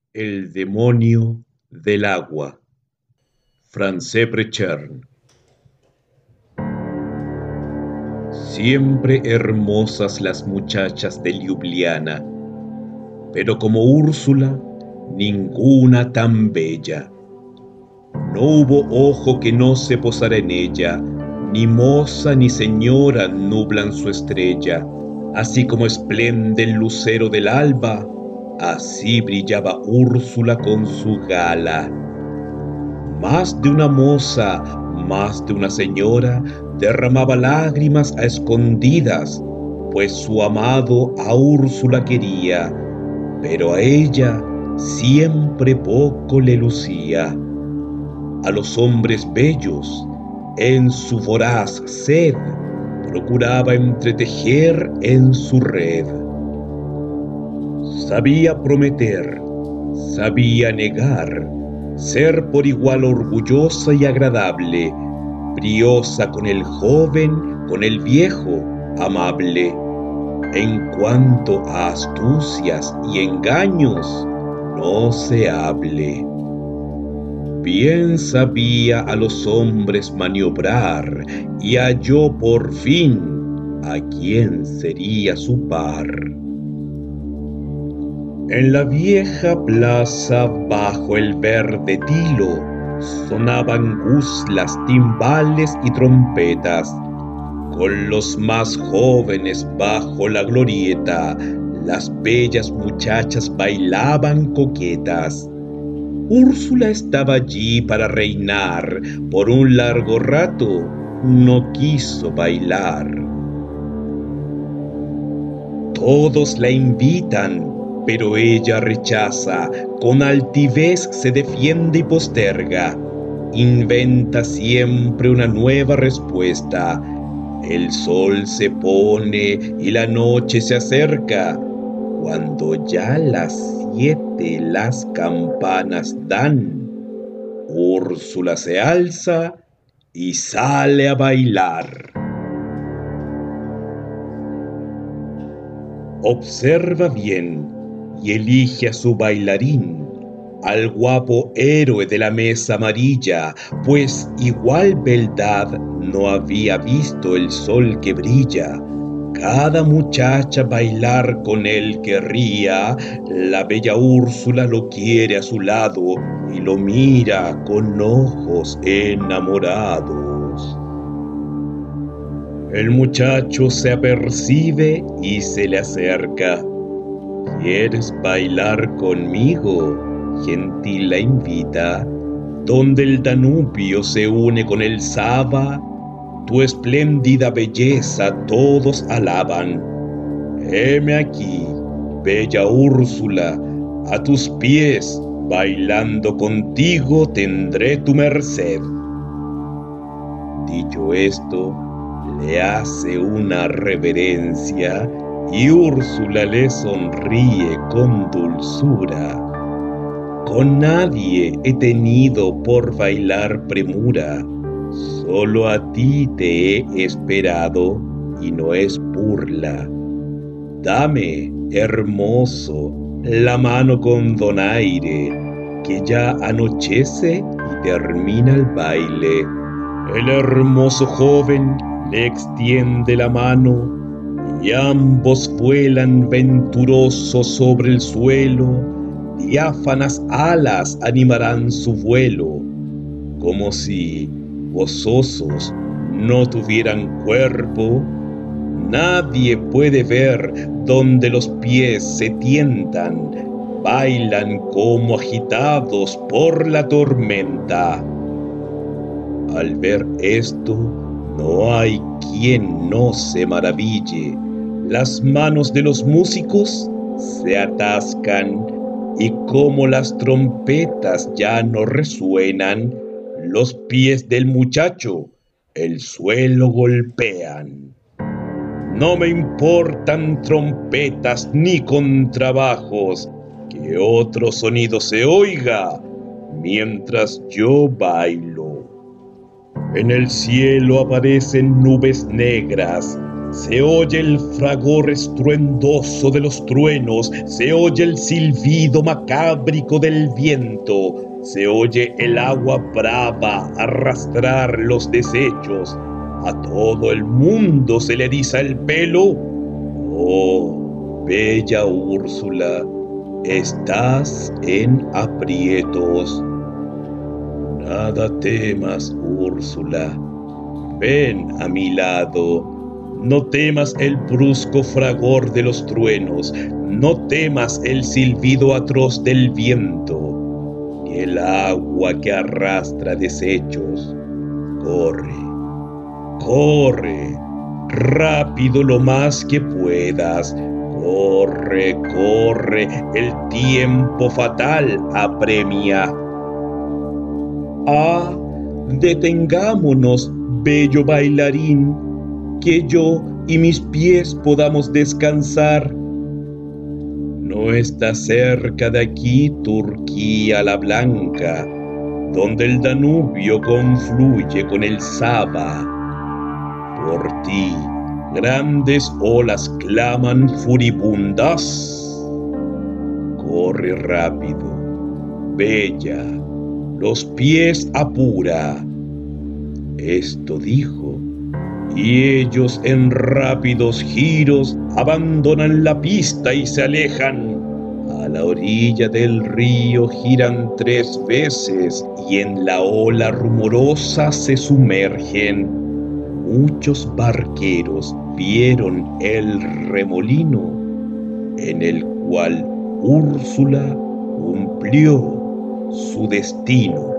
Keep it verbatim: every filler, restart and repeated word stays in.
El demonio del agua. Francés Prechern. Siempre hermosas las muchachas de Liubliana, pero como Úrsula, ninguna tan bella. No hubo ojo que no se posara en ella, ni moza ni señora nublan su estrella. Así como esplende el lucero del alba, así brillaba Úrsula con su gala. Más de una moza, más de una señora, derramaba lágrimas a escondidas, pues su amado a Úrsula quería, pero a ella siempre poco le lucía. A los hombres bellos, en su voraz sed, procuraba entretejer en su red. Sabía prometer, sabía negar, ser por igual orgullosa y agradable, briosa con el joven, con el viejo, amable. En cuanto a astucias y engaños, no se hable. Bien sabía a los hombres maniobrar y halló por fin a quien sería su par. En la vieja plaza bajo el verde tilo sonaban guslas, timbales y trompetas. Con los más jóvenes bajo la glorieta, las bellas muchachas bailaban coquetas. Úrsula estaba allí para reinar, por un largo rato no quiso bailar. Todos la invitan, pero ella rechaza, con altivez se defiende y posterga. Inventa siempre una nueva respuesta. El sol se pone y la noche se acerca. Cuando ya las siete las campanas dan, Úrsula se alza y sale a bailar. Observa bien y elige a su bailarín, al guapo héroe de la mesa amarilla, pues igual beldad no había visto el sol que brilla. Cada muchacha bailar con él querría, la bella Úrsula lo quiere a su lado y lo mira con ojos enamorados. El muchacho se apercibe y se le acerca. ¿Quieres bailar conmigo?, gentil la invita. Donde el Danubio se une con el Sava, tu espléndida belleza todos alaban. Heme aquí, bella Úrsula, a tus pies, bailando contigo tendré tu merced. Dicho esto, le hace una reverencia y Úrsula le sonríe con dulzura. Con nadie he tenido por bailar premura, solo a ti te he esperado y no es burla. Dame, hermoso, la mano con donaire, que ya anochece y termina el baile. El hermoso joven le extiende la mano y ambos vuelan venturosos sobre el suelo. Diáfanas alas animarán su vuelo, como si gozosos no tuvieran cuerpo. Nadie puede ver donde los pies se tientan, bailan como agitados por la tormenta. Al ver esto, no hay quien no se maraville. Las manos de los músicos se atascan y como las trompetas ya no resuenan, los pies del muchacho el suelo golpean. No me importan trompetas ni contrabajos, que otro sonido se oiga mientras yo bailo. En el cielo aparecen nubes negras, Se oye el fragor estruendoso de los truenos, se oye el silbido macábrico del viento, se oye el agua brava arrastrar los desechos. A todo el mundo se le eriza el pelo. Oh, bella Úrsula, estás en aprietos. Nada temas, Úrsula. Ven a mi lado. No temas el brusco fragor de los truenos, no temas el silbido atroz del viento, ni el agua que arrastra desechos. Corre, corre, rápido lo más que puedas. Corre, corre, el tiempo fatal apremia. Ah, detengámonos, bello bailarín, que yo y mis pies podamos descansar. No está cerca de aquí Turquía la Blanca, donde el Danubio confluye con el Sava. Por ti, grandes olas claman furibundas. Corre rápido, bella, los pies apura. Esto dijo, y ellos en rápidos giros abandonan la pista y se alejan. A la orilla del río giran tres veces y en la ola rumorosa se sumergen. Muchos barqueros vieron el remolino en el cual Úrsula cumplió su destino.